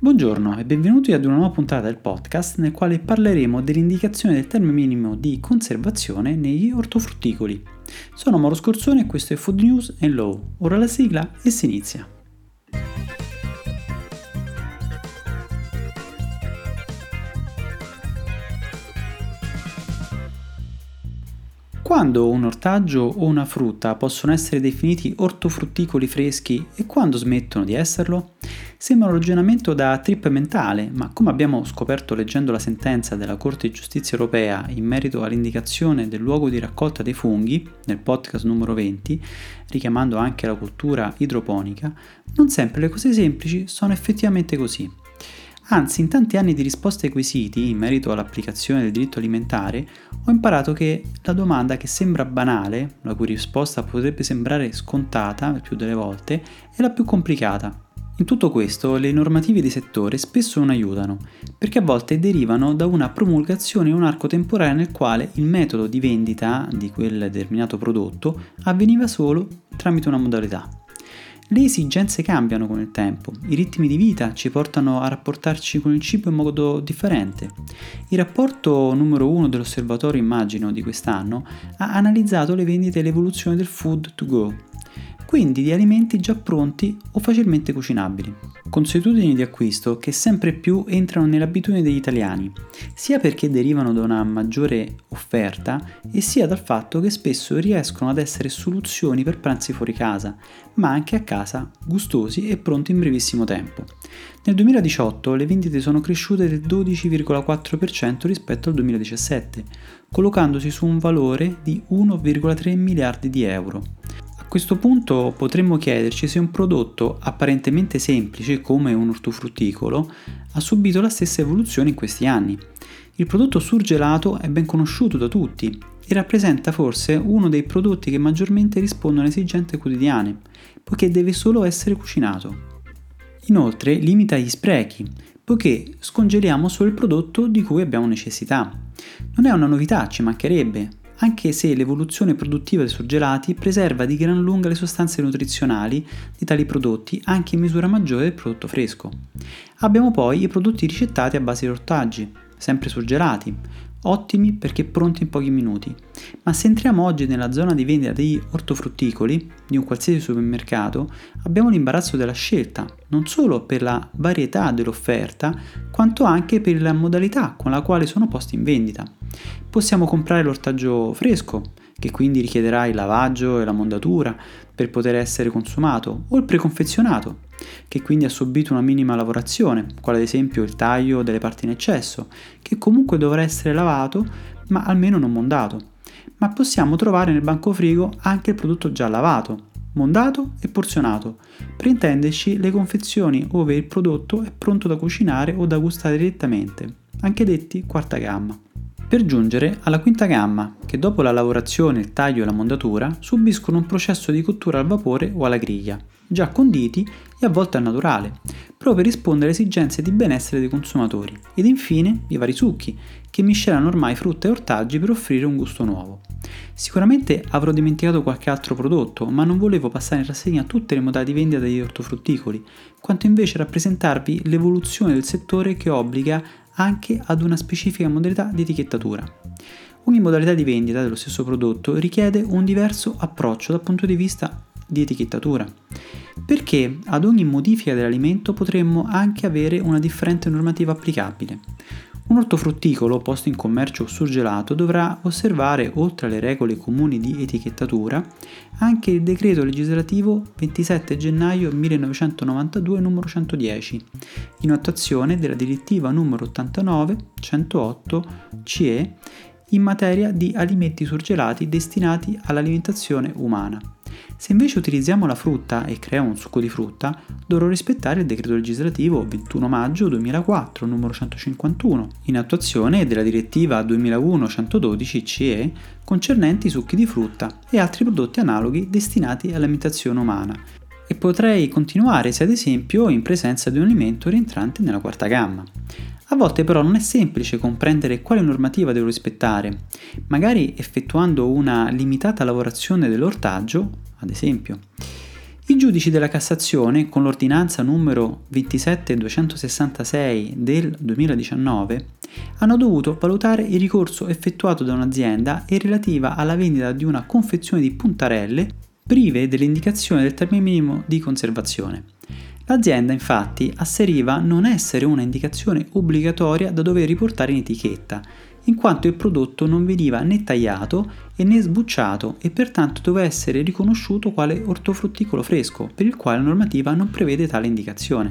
Buongiorno e benvenuti ad una nuova puntata del podcast nel quale parleremo dell'indicazione del termine minimo di conservazione negli ortofrutticoli. Sono Mauro Scorzone e questo è Food News and Law. Ora la sigla e si inizia. Quando un ortaggio o una frutta possono essere definiti ortofrutticoli freschi e quando smettono di esserlo? Sembra un ragionamento da trip mentale, ma come abbiamo scoperto leggendo la sentenza della Corte di Giustizia Europea in merito all'indicazione del luogo di raccolta dei funghi, nel podcast numero 20, richiamando anche la cultura idroponica, non sempre le cose semplici sono effettivamente così. Anzi, in tanti anni di risposte ai quesiti in merito all'applicazione del diritto alimentare, ho imparato che la domanda che sembra banale, la cui risposta potrebbe sembrare scontata il più delle volte, è la più complicata. In tutto questo, le normative di settore spesso non aiutano, perché a volte derivano da una promulgazione in un arco temporale nel quale il metodo di vendita di quel determinato prodotto avveniva solo tramite una modalità. Le esigenze cambiano con il tempo, i ritmi di vita ci portano a rapportarci con il cibo in modo differente. Il rapporto numero 1 dell'Osservatorio Immagino di quest'anno ha analizzato le vendite e l'evoluzione del food to go, quindi di alimenti già pronti o facilmente cucinabili. Consuetudini di acquisto che sempre più entrano nell'abitudine degli italiani, sia perché derivano da una maggiore offerta e sia dal fatto che spesso riescono ad essere soluzioni per pranzi fuori casa, ma anche a casa, gustosi e pronti in brevissimo tempo. Nel 2018 le vendite sono cresciute del 12,4% rispetto al 2017, collocandosi su un valore di 1,3 miliardi di euro. A questo punto potremmo chiederci se un prodotto apparentemente semplice come un ortofrutticolo ha subito la stessa evoluzione in questi anni. Il prodotto surgelato è ben conosciuto da tutti e rappresenta forse uno dei prodotti che maggiormente rispondono alle esigenze quotidiane, poiché deve solo essere cucinato. Inoltre limita gli sprechi, poiché scongeliamo solo il prodotto di cui abbiamo necessità. Non è una novità, ci mancherebbe, anche se l'evoluzione produttiva dei surgelati preserva di gran lunga le sostanze nutrizionali di tali prodotti anche in misura maggiore del prodotto fresco. Abbiamo poi i prodotti ricettati a base di ortaggi, sempre surgelati, ottimi perché pronti in pochi minuti. Ma se entriamo oggi nella zona di vendita degli ortofrutticoli di un qualsiasi supermercato, abbiamo l'imbarazzo della scelta, non solo per la varietà dell'offerta, quanto anche per la modalità con la quale sono posti in vendita. Possiamo comprare l'ortaggio fresco, che quindi richiederà il lavaggio e la mondatura per poter essere consumato, o il preconfezionato, che quindi ha subito una minima lavorazione, quale ad esempio il taglio delle parti in eccesso, che comunque dovrà essere lavato, ma almeno non mondato. Ma possiamo trovare nel banco frigo anche il prodotto già lavato, mondato e porzionato, per intenderci le confezioni ove il prodotto è pronto da cucinare o da gustare direttamente, anche detti quarta gamma. Per giungere alla quinta gamma, che dopo la lavorazione, il taglio e la mondatura subiscono un processo di cottura al vapore o alla griglia, già conditi e a volte al naturale, proprio per rispondere alle esigenze di benessere dei consumatori. Ed infine i vari succhi, che miscelano ormai frutta e ortaggi per offrire un gusto nuovo. Sicuramente avrò dimenticato qualche altro prodotto, ma non volevo passare in rassegna tutte le modalità di vendita degli ortofrutticoli, quanto invece rappresentarvi l'evoluzione del settore che obbliga anche ad una specifica modalità di etichettatura. Ogni modalità di vendita dello stesso prodotto richiede un diverso approccio dal punto di vista di etichettatura, perché ad ogni modifica dell'alimento potremmo anche avere una differente normativa applicabile. Un ortofrutticolo posto in commercio o surgelato dovrà osservare, oltre alle regole comuni di etichettatura, anche il decreto legislativo 27 gennaio 1992 numero 110, in attuazione della direttiva numero 89/108 CE in materia di alimenti surgelati destinati all'alimentazione umana. Se invece utilizziamo la frutta e creiamo un succo di frutta, dovrò rispettare il decreto legislativo 21 maggio 2004 numero 151, in attuazione della direttiva 2001/112 CE concernenti i succhi di frutta e altri prodotti analoghi destinati all'alimentazione umana. E potrei continuare se ad esempio in presenza di un alimento rientrante nella quarta gamma. A volte però non è semplice comprendere quale normativa devo rispettare, magari effettuando una limitata lavorazione dell'ortaggio, ad esempio. I giudici della Cassazione, con l'ordinanza numero 27266 del 2019, hanno dovuto valutare il ricorso effettuato da un'azienda e relativa alla vendita di una confezione di puntarelle prive dell'indicazione del termine minimo di conservazione. L'azienda infatti asseriva non essere una indicazione obbligatoria da dover riportare in etichetta, in quanto il prodotto non veniva né tagliato e né sbucciato e pertanto doveva essere riconosciuto quale ortofrutticolo fresco, per il quale la normativa non prevede tale indicazione.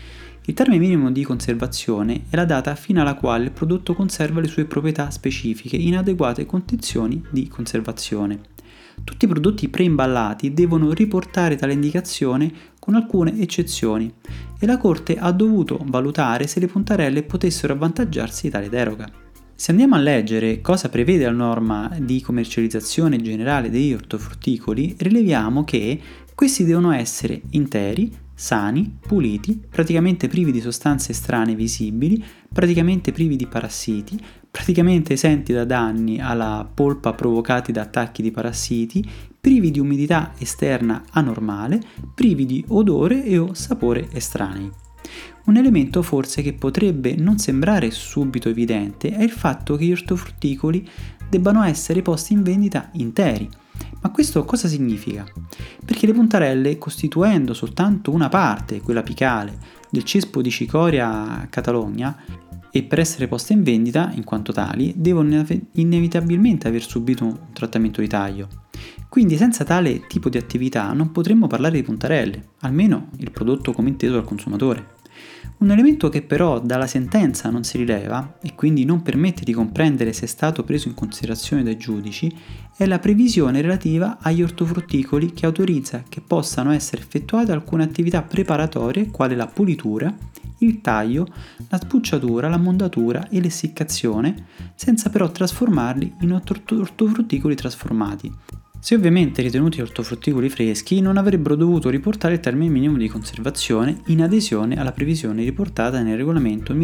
Il termine minimo di conservazione è la data fino alla quale il prodotto conserva le sue proprietà specifiche in adeguate condizioni di conservazione. Tutti i prodotti preimballati devono riportare tale indicazione con alcune eccezioni e la Corte ha dovuto valutare se le puntarelle potessero avvantaggiarsi di tale deroga. Se andiamo a leggere cosa prevede la norma di commercializzazione generale degli ortofrutticoli, rileviamo che questi devono essere interi, sani, puliti, praticamente privi di sostanze estranee visibili, praticamente privi di parassiti, praticamente esenti da danni alla polpa provocati da attacchi di parassiti, privi di umidità esterna anormale, privi di odore e o sapore estranei. Un elemento forse che potrebbe non sembrare subito evidente è il fatto che gli ortofrutticoli debbano essere posti in vendita interi. Ma questo cosa significa? Perché le puntarelle, costituendo soltanto una parte, quella apicale, del cespo di cicoria Catalogna, e per essere poste in vendita, in quanto tali, devono inevitabilmente aver subito un trattamento di taglio. Quindi senza tale tipo di attività non potremmo parlare di puntarelle, almeno il prodotto come inteso dal consumatore. Un elemento che però dalla sentenza non si rileva e quindi non permette di comprendere se è stato preso in considerazione dai giudici è la previsione relativa agli ortofrutticoli che autorizza che possano essere effettuate alcune attività preparatorie quale la pulitura, il taglio, la sbucciatura, la mondatura e l'essiccazione, senza però trasformarli in ortofrutticoli trasformati. Se ovviamente ritenuti ortofrutticoli freschi non avrebbero dovuto riportare il termine minimo di conservazione in adesione alla previsione riportata nel regolamento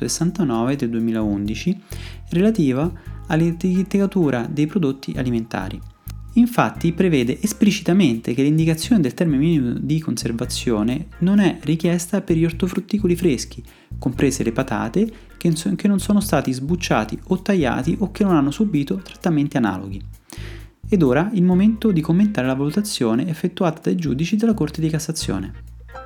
1169 del 2011 relativa all'etichettatura dei prodotti alimentari. Infatti prevede esplicitamente che l'indicazione del termine minimo di conservazione non è richiesta per gli ortofrutticoli freschi, comprese le patate che non sono stati sbucciati o tagliati o che non hanno subito trattamenti analoghi. Ed ora il momento di commentare la valutazione effettuata dai giudici della Corte di Cassazione.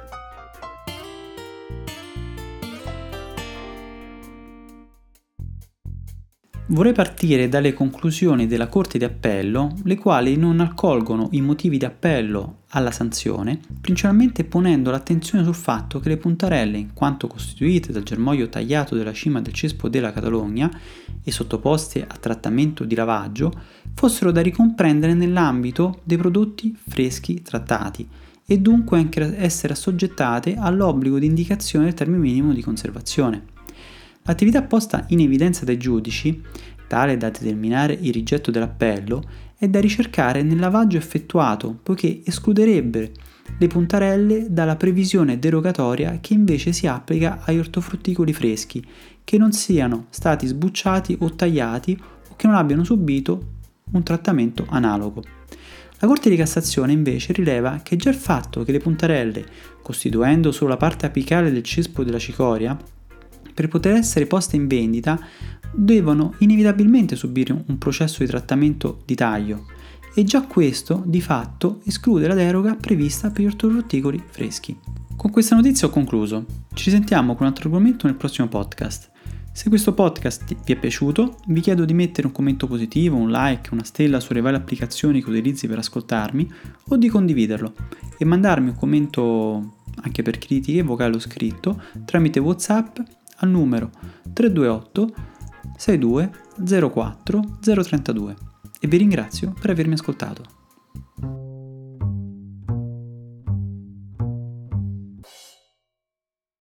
Vorrei partire dalle conclusioni della Corte di Appello, le quali non accolgono i motivi di appello alla sanzione, principalmente ponendo l'attenzione sul fatto che le puntarelle, in quanto costituite dal germoglio tagliato della cima del cespo della Catalogna e sottoposte a trattamento di lavaggio, fossero da ricomprendere nell'ambito dei prodotti freschi trattati e dunque anche essere assoggettate all'obbligo di indicazione del termine minimo di conservazione. L'attività posta in evidenza dai giudici, tale da determinare il rigetto dell'appello, è da ricercare nel lavaggio effettuato, poiché escluderebbe le puntarelle dalla previsione derogatoria che invece si applica agli ortofrutticoli freschi, che non siano stati sbucciati o tagliati o che non abbiano subito un trattamento analogo. La Corte di Cassazione invece rileva che già il fatto che le puntarelle, costituendo solo la parte apicale del cespo della cicoria, per poter essere poste in vendita devono inevitabilmente subire un processo di trattamento di taglio e già questo di fatto esclude la deroga prevista per gli ortofrutticoli freschi. Con questa notizia ho concluso. Ci risentiamo con un altro argomento nel prossimo podcast. Se questo podcast vi è piaciuto, vi chiedo di mettere un commento positivo, un like, una stella sulle varie applicazioni che utilizzi per ascoltarmi o di condividerlo e mandarmi un commento anche per critiche, vocale o scritto, tramite WhatsApp al numero 328 62 04 032 e vi ringrazio per avermi ascoltato.